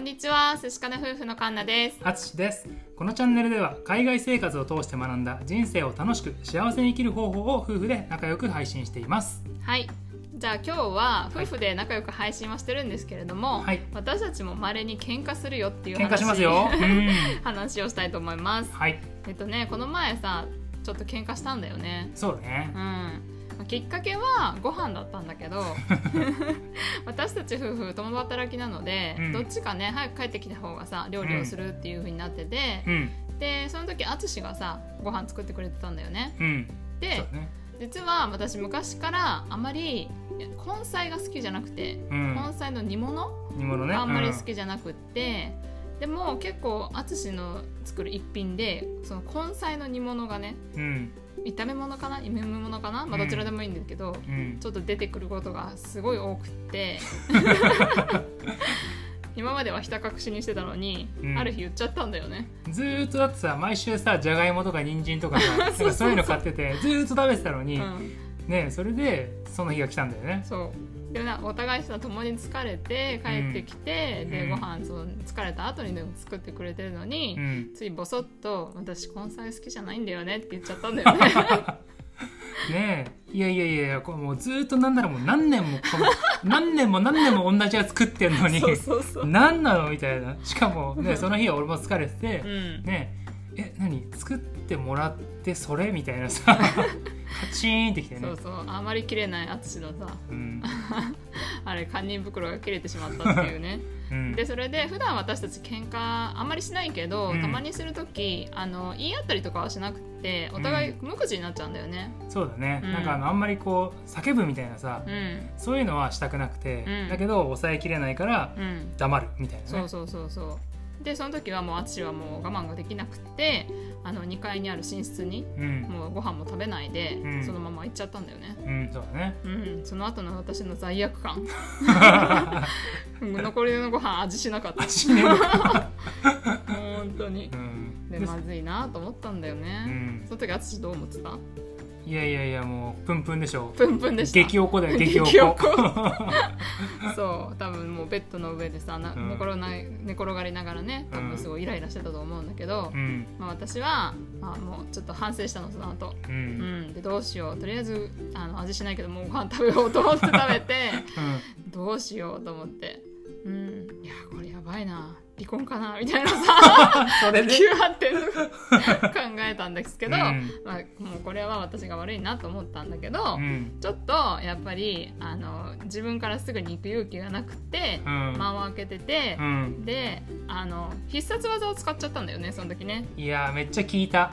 んにちは、寿司かな夫婦のカンナです。 あつしです。このチャンネルでは海外生活を通して学んだ人生を楽しく幸せに生きる方法を夫婦で仲良く配信しています。 はい、じゃあ今日は夫婦で仲良く配信はしてるんですけれども、はい、私たちも稀に喧嘩するよっていう喧嘩しますよ、 話をしたいと思います。 はい、 この前さちょっと喧嘩したんだよね。 そうね、 きっかけはご飯だったんだけど私たち夫婦共働きなので、どっちかね早く帰ってきた方がさ料理をするっていう風になってて、でその時淳がさご飯作ってくれてたんだよね。で、実は私昔からあまり根菜が好きじゃなくて、根菜の煮物があんまり好きじゃなくって、でも結構淳の作る一品でその根菜の煮物がね、炒め物かな煮物かな、どちらでもいいんだけど、ちょっと出てくることがすごい多くって今まではひた隠しにしてたのに、ある日言っちゃったんだよね。 ずーっとだってさ毎週さじゃがいもとか人参とかさそういうの買っててずーっと食べてたのに、ね、それでその日が来たんだよね。 そうでお互いさ共に疲れて帰ってきて、でご飯その疲れた後にでも作ってくれてるのに、ついボソッと私根菜好きじゃないんだよねって言っちゃったんだよねねえ、いやこれもうずっとなんだろう、もう何年も同じやつ作ってんのに何なのみたいな。しかもねその日は俺も疲れてて、ねえ何作ってもらってそれみたいなさカチーンってきてね。そうあまり切れない淳のさ、あれ堪忍袋が切れてしまったっていうねでそれで普段私たち喧嘩あんまりしないけど、たまにするとき言い合ったりとかはしなくてお互い無口になっちゃうんだよね。 そうだね、なんかあんまりこう叫ぶみたいなさ、そういうのはしたくなくて、だけど抑えきれないから黙るみたいなね。 そうでその時はもう淳はもう我慢ができなくて2階にある寝室に、もうご飯も食べないで、そのまま行っちゃったんだよね。 そうだね、 その後の私の罪悪感残りのご飯味しなかった本当に、でまずいなと思ったんだよね。その時淳どう思ってた？ いやもうプンプンでしょ。 プンプンでした。 激おこだよ激おこそう多分もうベッドの上でさ寝転がりながらね多分すごいイライラしてたと思うんだけど、私は、もうちょっと反省したのその後、でどうしようとりあえず味しないけどもうご飯食べようと思って食べて、どうしようと思って、いやこれやばいな離婚かなみたいなさそれで急発展考えたんですけど、もうこれは私が悪いなと思ったんだけど、ちょっとやっぱり自分からすぐに行く勇気がなくて、間を空けてて、で必殺技を使っちゃったんだよねその時ね。 いやめっちゃ聞いた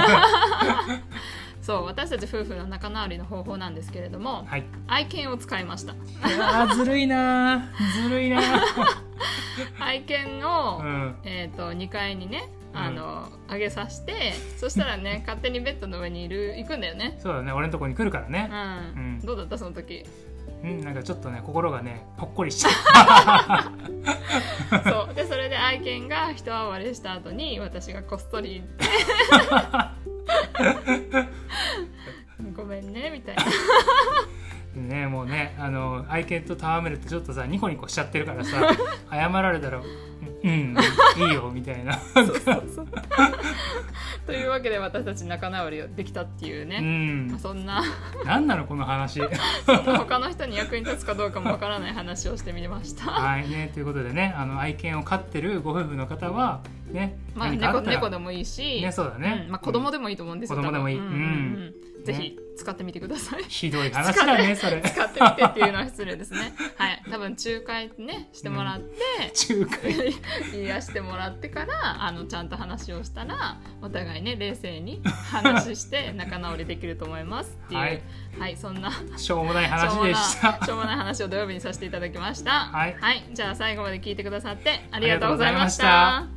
そう私たち夫婦の仲直りの方法なんですけれども、愛犬を使いました。 ずるいな愛犬を、2階にね上げさせて、そしたらね勝手にベッドの上に行くんだよね。 そうだね、俺のとこに来るからね。 どうだったその時？ なんかちょっとね心がねほっこりしちゃうそうでそれで愛犬が一暴れした後に私がこっそり行ってごめんねみたいなね、もうね愛犬と戯れてちょっとさニコニコしちゃってるからさ謝られたらいいよみたいなそうというわけで私たち仲直りできたっていうね、そんな何なのこの話そんな他の人に役に立つかどうかもわからない話をしてみましたはいね、ということでね愛犬を飼ってるご夫婦の方はね、 猫でもいいし、 そうだね、 子供でもいいと思うんですよ。 子供でもいい、 ぜひ使ってみてください。 ひどい話だねそれ。 使ってみてっていうのは失礼ですね。はい、多分仲介ねしてもらって、 仲介癒してもらってからちゃんと話をしたらお互いね冷静に話して仲直りできると思いますっていうはい、そんなしょうもない話でした。 しょうもない話を土曜日にさせていただきました。はい、じゃあ最後まで聞いてくださってありがとうございました。